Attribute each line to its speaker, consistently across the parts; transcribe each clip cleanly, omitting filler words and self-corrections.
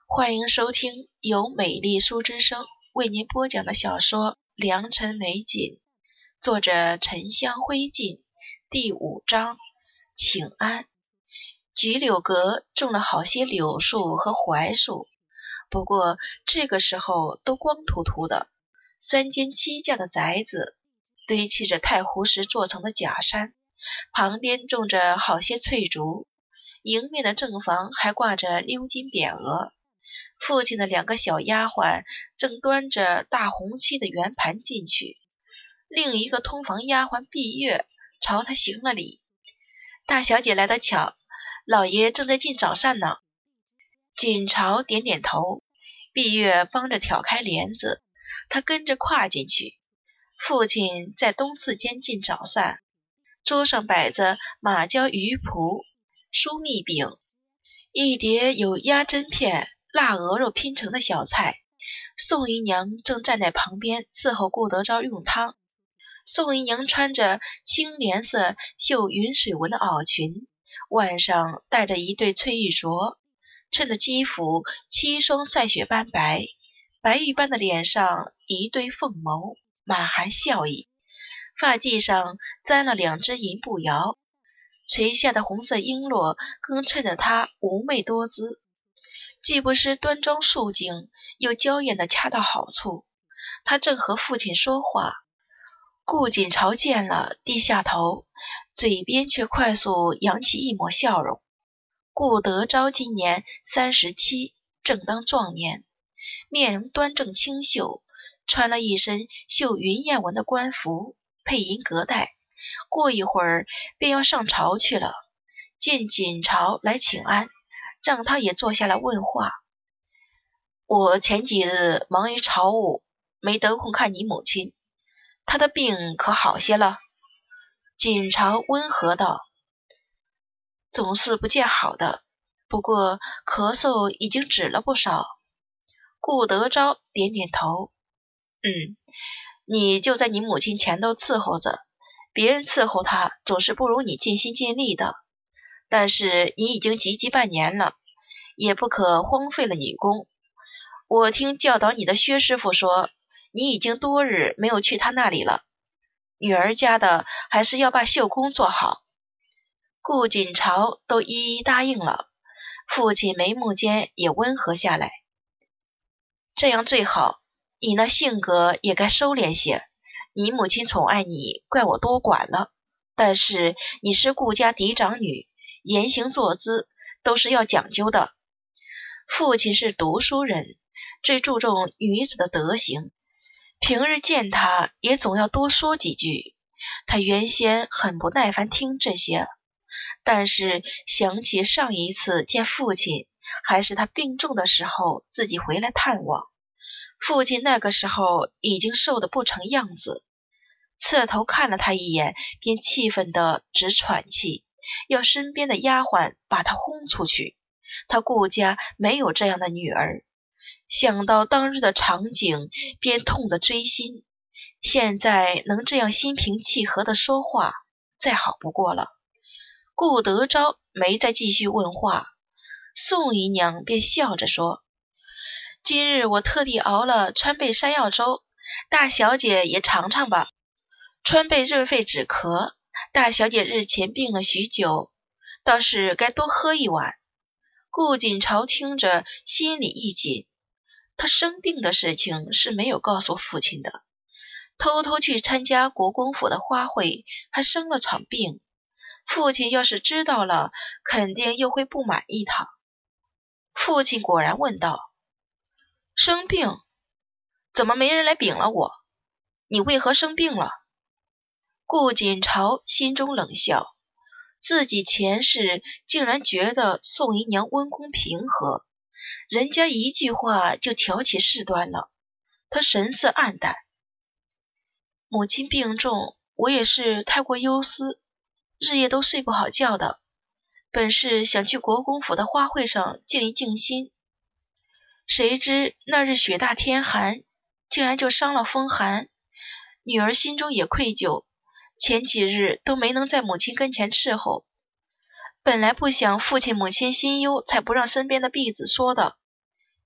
Speaker 1: 欢迎收听由美丽书之声为您播讲的小说《良辰美景》，作者沉香灰烬，第5章，请安。菊柳阁种了好些柳树和槐树，不过这个时候都光秃秃的。3间7架的宅子堆砌着太湖石做成的假山，旁边种着好些翠竹，迎面的正房还挂着鎏金匾额。父亲的2个小丫鬟正端着大红漆的圆盘进去，另一个通房丫鬟碧月朝他行了礼：“大小姐来得巧，老爷正在进早膳呢。”锦朝点点头，碧月帮着挑开帘子，他跟着跨进去。父亲在东次间进早膳，桌上摆着马椒鱼脯、酥蜜饼，一碟有鸭胗片、腊鹅肉拼成的小菜。宋姨娘正站在旁边伺候顾德昭用汤。宋姨娘穿着青莲色绣云水纹的袄裙，腕上戴着一对翠玉镯，衬得肌肤7双赛雪斑白，白玉般的脸上一对凤眸，满含笑意，发髻上簪了2只银步摇，垂下的红色璎珞更衬得她妩媚多姿，既不失端庄素静，又娇艳的恰到好处。她正和父亲说话，顾锦朝见了，低下头，嘴边却快速扬起一抹笑容。顾德昭今年37，正当壮年，面容端正清秀，穿了一身绣云燕纹的官服，配银隔带，过一会儿便要上朝去了。见锦朝来请安，让他也坐下来问话。我前几日忙于朝务，没得空看你母亲，她的病可好些了？锦朝温和道：总是不见好的，不过咳嗽已经止了不少。顾德昭点点头：你就在你母亲前头伺候着，别人伺候她总是不如你尽心尽力的。但是你已经及半年了，也不可荒废了女工。我听教导你的薛师傅说，你已经多日没有去他那里了。女儿家的还是要把绣工做好。顾锦朝都一一答应了，父亲眉目间也温和下来。这样最好，你那性格也该收敛些。你母亲宠爱你，怪我多管了，但是你是顾家嫡长女，言行坐姿都是要讲究的。父亲是读书人，最注重女子的德行，平日见他也总要多说几句。他原先很不耐烦听这些，但是想起上一次见父亲还是他病重的时候自己回来探望，父亲那个时候已经瘦得不成样子，侧头看了他一眼，便气愤得直喘气，要身边的丫鬟把他轰出去。他顾家没有这样的女儿，想到当日的场景，便痛得锥心。现在能这样心平气和地说话，再好不过了。顾德昭没再继续问话，宋姨娘便笑着说：今日我特地熬了川贝山药粥，大小姐也尝尝吧。川贝润肺止咳，大小姐日前病了许久，倒是该多喝一碗。顾锦朝听着心里一紧，他生病的事情是没有告诉父亲的，偷偷去参加国公府的花会，还生了场病。父亲要是知道了，肯定又会不满意他。父亲果然问道：生病？怎么没人来禀了我？你为何生病了？顾锦朝心中冷笑，自己前世竟然觉得宋姨娘温公平和，人家一句话就挑起事端了。他神色黯淡：母亲病重，我也是太过忧思，日夜都睡不好觉的。本是想去国公府的花会上静一静心，谁知那日雪大天寒，竟然就伤了风寒。女儿心中也愧疚，前几日都没能在母亲跟前伺候。本来不想父亲母亲心忧，才不让身边的婢子说的，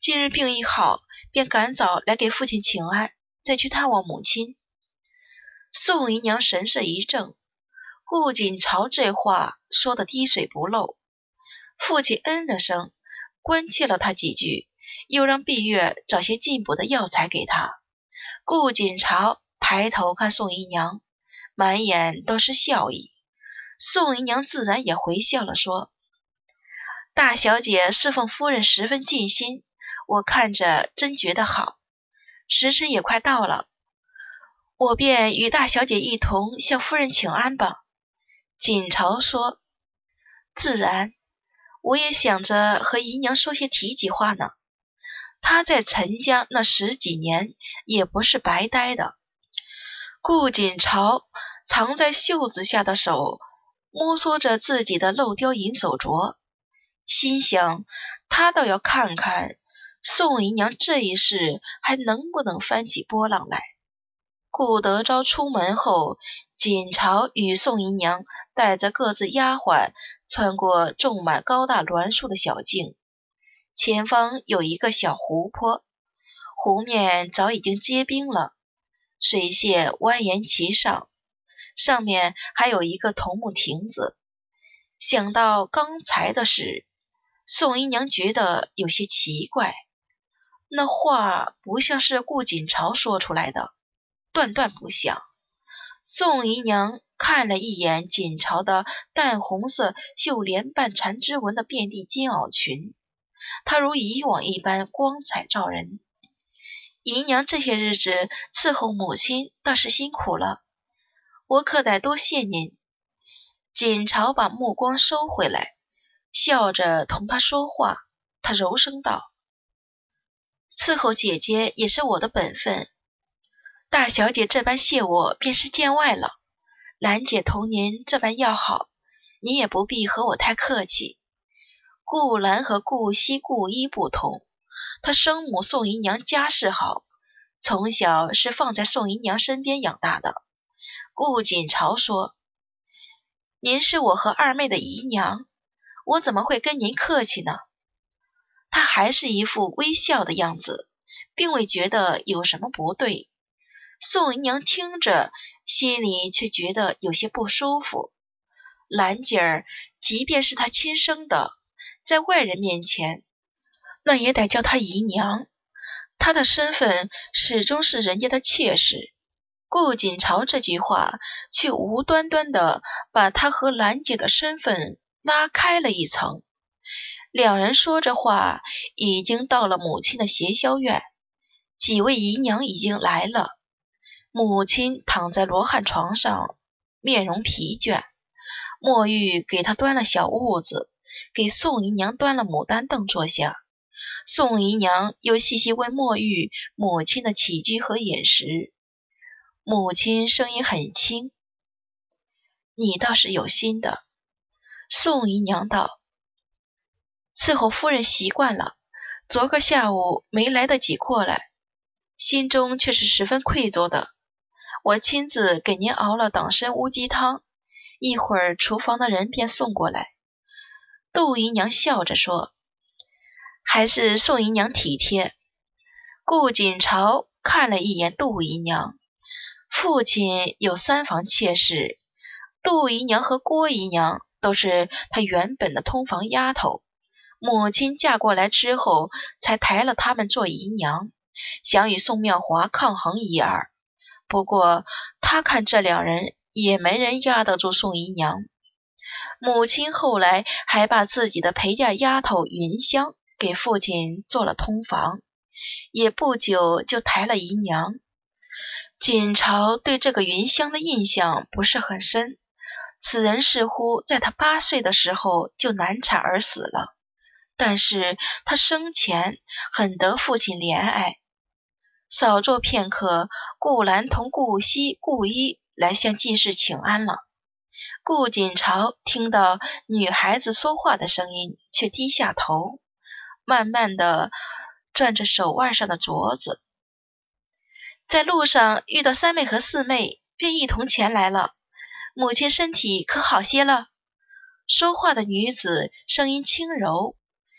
Speaker 1: 今日病一好，便赶早来给父亲请安，再去探望母亲。宋姨娘神色一怔，顾锦朝这话说得滴水不漏。父亲嗯了声，关切了他几句，又让碧月找些进补的药材给他。顾锦朝抬头看宋姨娘，满眼都是笑意。宋姨娘自然也回笑了，说：大小姐侍奉夫人十分尽心，我看着真觉得好。时辰也快到了，我便与大小姐一同向夫人请安吧。锦朝说：自然，我也想着和姨娘说些体己话呢。她在陈家那10几年也不是白待的。顾锦朝藏在袖子下的手摸索着自己的镂雕银手镯，心想他倒要看看宋姨娘这一世还能不能翻起波浪来。顾德昭出门后，锦朝与宋姨娘带着各自丫鬟穿过种满高大栾树的小径，前方有一个小湖泊，湖面早已经结冰了，水榭蜿蜒其上，上面还有一个桐木亭子。想到刚才的事，宋姨娘觉得有些奇怪，那话不像是顾锦朝说出来的，断断不像。宋姨娘看了一眼锦朝的淡红色绣莲瓣缠枝纹的遍地金袄裙，她如以往一般光彩照人。姨娘这些日子伺候母亲倒是辛苦了，我可得多谢您。锦朝把目光收回来，笑着同她说话。她柔声道：伺候姐姐也是我的本分，大小姐这般谢我便是见外了。兰姐同您这般要好，你也不必和我太客气。顾兰和顾惜、顾一不同，她生母宋姨娘家世好，从小是放在宋姨娘身边养大的。顾锦朝说：您是我和二妹的姨娘，我怎么会跟您客气呢？她还是一副微笑的样子，并未觉得有什么不对。宋姨娘听着，心里却觉得有些不舒服。兰姐儿即便是她亲生的，在外人面前，那也得叫她姨娘，她的身份始终是人家的妾室。顾锦朝这句话却无端端的把她和兰姐的身份拉开了一层。两人说着话，已经到了母亲的协销院，几位姨娘已经来了。母亲躺在罗汉床上，面容疲倦。墨玉给她端了小屋子，给宋姨娘端了牡丹凳坐下。宋姨娘又细细问墨玉母亲的起居和饮食。母亲声音很轻：你倒是有心的。宋姨娘道：伺候夫人习惯了，昨个下午没来得及过来，心中却是十分愧疚的。我亲自给您熬了党参乌鸡汤，一会儿厨房的人便送过来。杜姨娘笑着说：还是宋姨娘体贴。顾锦朝看了一眼杜姨娘，父亲有3房妾室，杜姨娘和郭姨娘都是他原本的通房丫头，母亲嫁过来之后才抬了他们做姨娘，想与宋妙华抗衡一二。不过他看这两人也没人压得住宋姨娘。母亲后来还把自己的陪嫁丫头云香给父亲做了通房，也不久就抬了姨娘。锦朝对这个云香的印象不是很深，此人似乎在他8岁的时候就难产而死了，但是他生前很得父亲怜爱。少坐片刻，顾兰同顾惜、顾一来向进士请安了。顾锦朝听到女孩子说话的声音，却低下头，慢慢地转着手腕上的镯子。在路上遇到3妹和4妹，便一同前来了。母亲身体可好些了？说话的女子声音轻柔。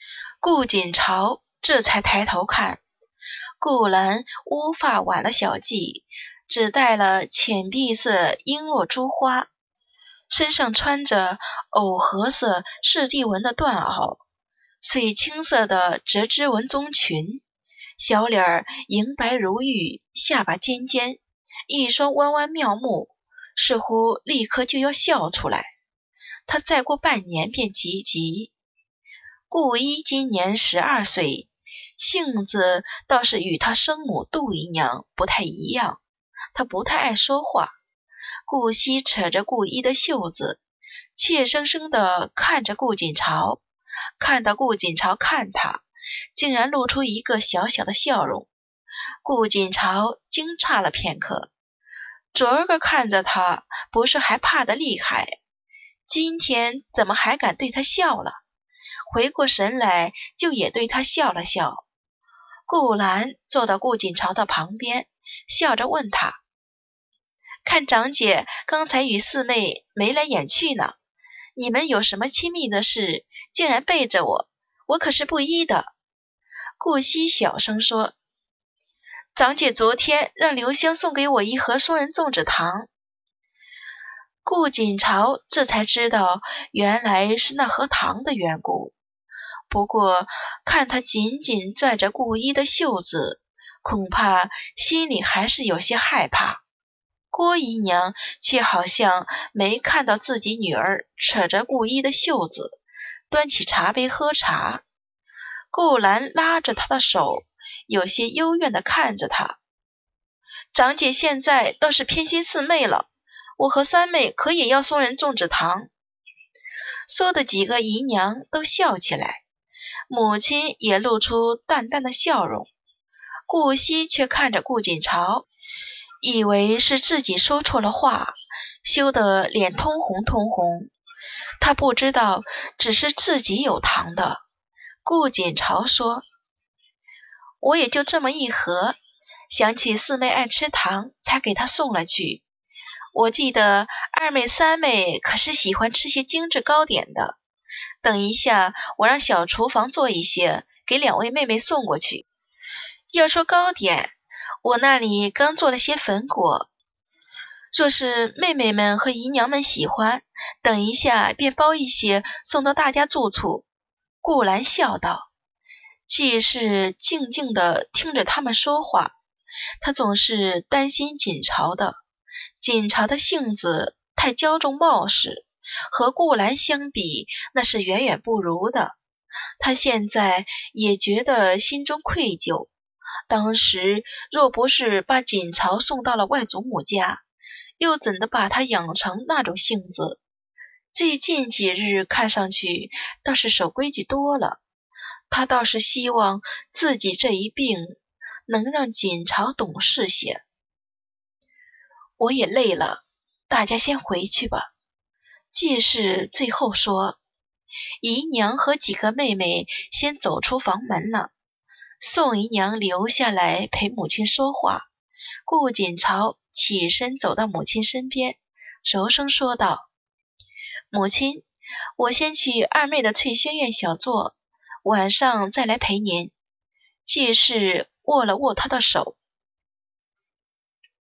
Speaker 1: 顾锦朝这才抬头看，顾兰乌发挽了小髻，只戴了浅碧色璎珞珠花，身上穿着藕荷色赤地纹的缎袄，水青色的折枝纹棕裙，小脸儿莹白如玉，下巴尖尖，一双弯弯妙目，似乎立刻就要笑出来。他再过半年便及笄。顾一今年12岁，性子倒是与他生母杜姨娘不太一样，他不太爱说话。顾惜扯着顾一的袖子，怯生生地看着顾锦朝，看到顾锦朝看他，竟然露出一个小小的笑容。顾锦朝惊诧了片刻，昨儿个看着他，不是还怕得厉害，今天怎么还敢对他笑了？回过神来，就也对他笑了笑。顾兰坐到顾锦朝的旁边，笑着问他：看长姐刚才与四妹眉来眼去呢，你们有什么亲密的事，竟然背着我，我可是不依的。顾惜小声说：长姐昨天让刘香送给我一盒松仁粽子糖。顾锦朝这才知道原来是那盒糖的缘故，不过看他紧紧拽着顾一的袖子，恐怕心里还是有些害怕。郭姨娘却好像没看到自己女儿扯着顾一的袖子，端起茶杯喝茶。顾兰拉着她的手，有些幽怨地看着她。长姐现在倒是偏心四妹了，我和三妹可也要松仁粽子糖。说的几个姨娘都笑起来，母亲也露出淡淡的笑容。顾惜却看着顾锦朝，以为是自己说错了话，羞得脸通红通红。他不知道只是自己有糖的。顾锦朝说：我也就这么一盒，想起四妹爱吃糖，才给她送了去。我记得二妹三妹可是喜欢吃些精致糕点的，等一下我让小厨房做一些，给两位妹妹送过去。要说糕点，我那里刚做了些粉果，若是妹妹们和姨娘们喜欢，等一下便包一些送到大家住处。顾兰笑道。既是静静地听着他们说话，他总是担心锦朝的。锦朝的性子太骄纵冒失，和顾兰相比，那是远远不如的。他现在也觉得心中愧疚，当时若不是把锦朝送到了外祖母家，又怎的把他养成那种性子？最近几日看上去倒是守规矩多了，他倒是希望自己这一病能让锦朝懂事些。我也累了，大家先回去吧。季氏最后说，姨娘和几个妹妹先走出房门了，宋姨娘留下来陪母亲说话。顾锦朝起身走到母亲身边，柔声说道：母亲，我先去二妹的翠轩院小坐，晚上再来陪您。季氏握了握她的手，